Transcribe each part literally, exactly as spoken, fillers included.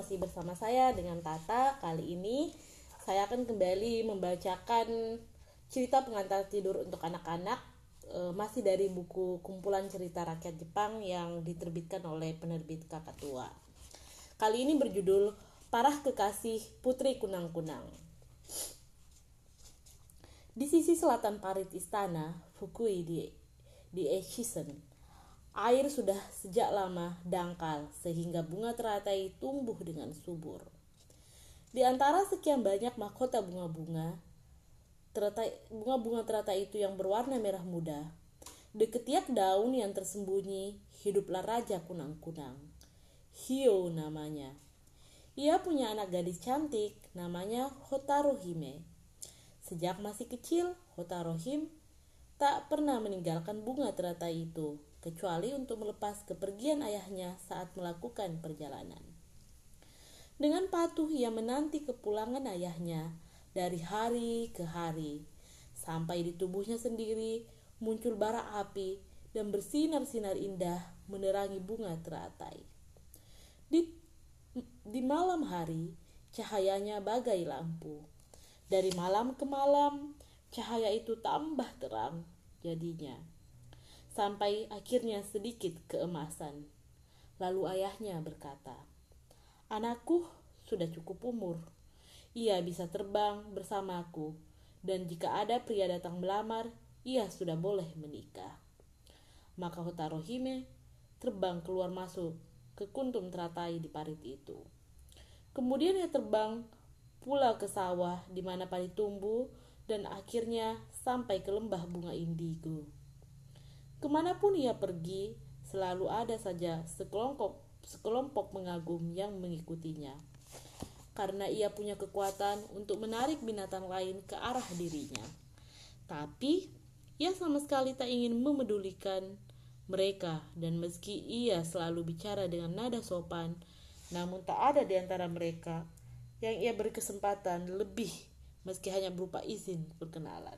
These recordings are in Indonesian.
masih bersama saya dengan Tata. Kali ini saya akan kembali membacakan cerita pengantar tidur untuk anak-anak, e, masih dari buku kumpulan cerita rakyat Jepang yang diterbitkan oleh penerbit Kakak Tua. Kali ini berjudul Parah Kekasih Putri Kunang-Kunang. Di sisi selatan parit istana Fukui di, di Eishisen, air sudah sejak lama dangkal sehingga bunga teratai tumbuh dengan subur. Di antara sekian banyak mahkota bunga-bunga, teratai, bunga-bunga teratai itu yang berwarna merah muda, di ketiak daun yang tersembunyi hiduplah Raja Kunang-Kunang. Hio namanya. Ia punya anak gadis cantik namanya Hotaru Hime. Sejak masih kecil, Hotaru Hime tak pernah meninggalkan bunga teratai itu, kecuali untuk melepas kepergian ayahnya saat melakukan perjalanan. Dengan patuh ia menanti kepulangan ayahnya dari hari ke hari, sampai di tubuhnya sendiri muncul bara api dan bersinar-sinar indah menerangi bunga teratai. Di, di malam hari, cahayanya bagai lampu. Dari malam ke malam, cahaya itu tambah terang jadinya, sampai akhirnya sedikit keemasan. Lalu ayahnya berkata, "Anakku sudah cukup umur. Ia bisa terbang bersamaku, dan jika ada pria datang melamar, ia sudah boleh menikah." Maka Hotaru Hime terbang keluar masuk ke kuntum teratai di parit itu. Kemudian ia terbang pula ke sawah di mana padi tumbuh, dan akhirnya sampai ke lembah bunga indigo. Kemanapun ia pergi, selalu ada saja sekelompok, sekelompok pengagum yang mengikutinya, karena ia punya kekuatan untuk menarik binatang lain ke arah dirinya. Tapi ia sama sekali tak ingin memedulikan mereka, dan meski ia selalu bicara dengan nada sopan, namun tak ada di antara mereka yang ia beri kesempatan lebih, meski hanya berupa izin perkenalan.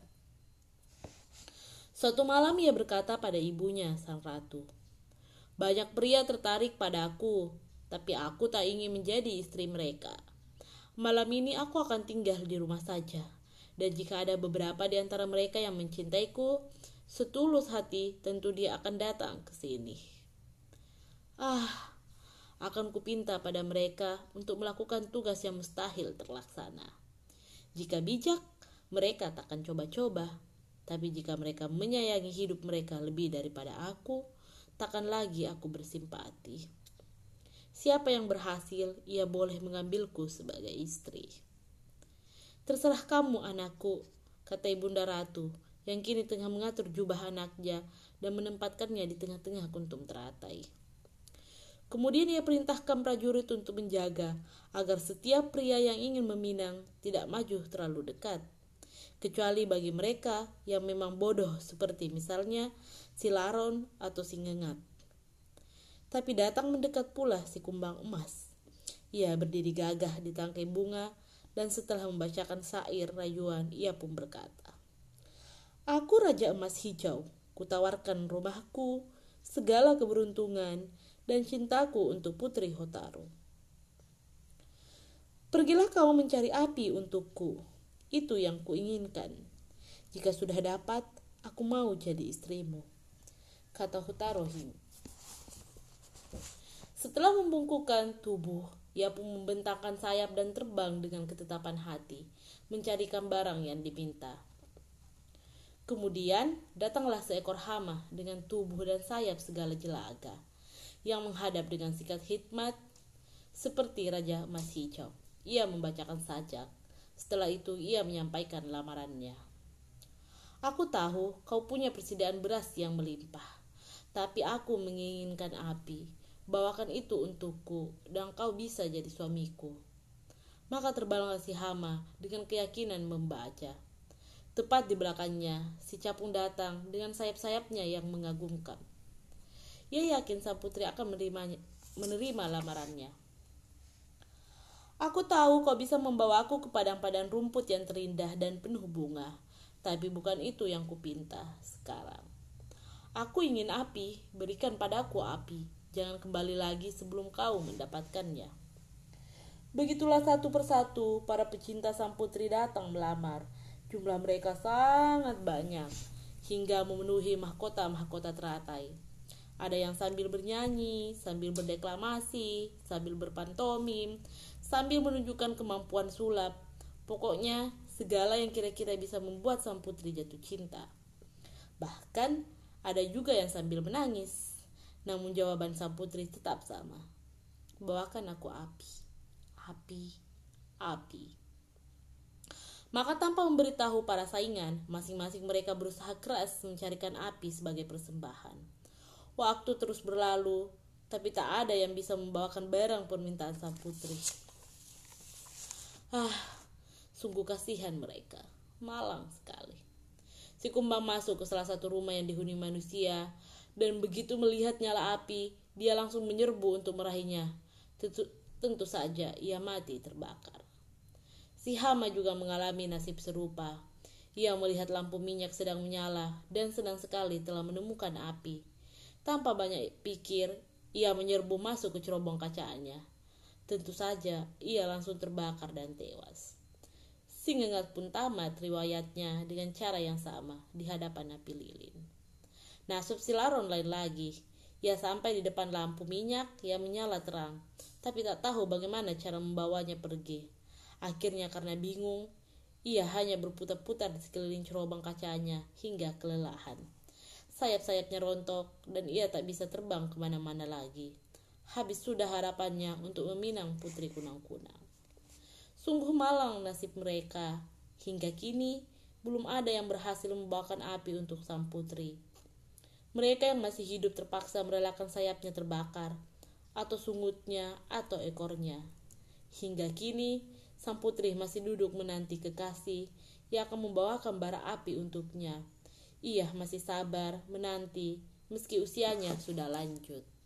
Suatu malam ia berkata pada ibunya, sang ratu, "Banyak pria tertarik pada aku, tapi aku tak ingin menjadi istri mereka. Malam ini aku akan tinggal di rumah saja, dan jika ada beberapa di antara mereka yang mencintaiku setulus hati, tentu dia akan datang ke sini. Ah, akan kupinta pada mereka untuk melakukan tugas yang mustahil terlaksana. Jika bijak, mereka takkan coba-coba. Tapi jika mereka menyayangi hidup mereka lebih daripada aku, takkan lagi aku bersimpati. Siapa yang berhasil, ia boleh mengambilku sebagai istri." "Terserah kamu, anakku," kata ibunda ratu, yang kini tengah mengatur jubah anaknya dan menempatkannya di tengah-tengah kuntum teratai. Kemudian ia perintahkan prajurit untuk menjaga agar setiap pria yang ingin meminang tidak maju terlalu dekat, kecuali bagi mereka yang memang bodoh, seperti misalnya si Laron atau si Ngengat. Tapi datang mendekat pula si Kumbang Emas. Ia berdiri gagah di tangkai bunga, dan setelah membacakan syair rayuan, ia pun berkata, "Aku Raja Emas Hijau, kutawarkan rumahku, segala keberuntungan, dan cintaku untuk Putri Hotaru. Pergilah kamu mencari api untukku, itu yang kuinginkan. Jika sudah dapat, aku mau jadi istrimu," kata Hotaru Hime. Setelah membungkukkan tubuh, ia pun membentangkan sayap dan terbang dengan ketetapan hati, mencarikan barang yang diminta. Kemudian datanglah seekor hama dengan tubuh dan sayap segala jelaga, yang menghadap dengan sikap hikmat seperti Raja Emas Hijau. Ia membacakan sajak. Setelah itu ia menyampaikan lamarannya. "Aku tahu kau punya persediaan beras yang melimpah, tapi aku menginginkan api. Bawakan itu untukku, dan kau bisa jadi suamiku." Maka terbanglah si hama dengan keyakinan membaca. Tepat di belakangnya, si capung datang dengan sayap-sayapnya yang mengagumkan. Ia yakin sang putri akan menerima, menerima lamarannya. "Aku tahu kau bisa membawaku ke padang-padang rumput yang terindah dan penuh bunga, tapi bukan itu yang kupinta sekarang. Aku ingin api, berikan padaku api, jangan kembali lagi sebelum kau mendapatkannya." Begitulah satu persatu para pecinta sang putri datang melamar. Jumlah mereka sangat banyak, hingga memenuhi mahkota-mahkota teratai. Ada yang sambil bernyanyi, sambil berdeklamasi, sambil berpantomim, sambil menunjukkan kemampuan sulap. Pokoknya segala yang kira-kira bisa membuat sang putri jatuh cinta. Bahkan ada juga yang sambil menangis. Namun jawaban sang putri tetap sama. Bawakan aku api. Api. Api. Maka tanpa memberitahu para saingan, masing-masing mereka berusaha keras mencarikan api sebagai persembahan. Waktu terus berlalu, tapi tak ada yang bisa membawakan barang permintaan sang putri. Ah, sungguh kasihan mereka. Malang sekali. Si kumbang masuk ke salah satu rumah yang dihuni manusia, dan begitu melihat nyala api, dia langsung menyerbu untuk meraihnya. Tentu, tentu saja ia mati terbakar. Si hama juga mengalami nasib serupa. Ia melihat lampu minyak sedang menyala dan senang sekali telah menemukan api. Tanpa banyak pikir, ia menyerbu masuk ke cerobong kacanya. Tentu saja ia langsung terbakar dan tewas. Si Ngengat pun tamat riwayatnya dengan cara yang sama di hadapan api lilin. Nasib si Laron lain lagi. Ia sampai di depan lampu minyak yang menyala terang, tapi tak tahu bagaimana cara membawanya pergi. Akhirnya karena bingung, ia hanya berputar-putar di sekeliling cerobong kacanya hingga kelelahan. Sayap-sayapnya rontok dan ia tak bisa terbang kemana-mana lagi. Habis sudah harapannya untuk meminang putri kunang-kunang. Sungguh malang nasib mereka. Hingga kini belum ada yang berhasil membawakan api untuk sang putri. Mereka yang masih hidup terpaksa merelakan sayapnya terbakar, atau sungutnya, atau ekornya. Hingga kini sang putri masih duduk menanti kekasih yang akan membawakan bara api untuknya. Ia masih sabar menanti meski usianya sudah lanjut.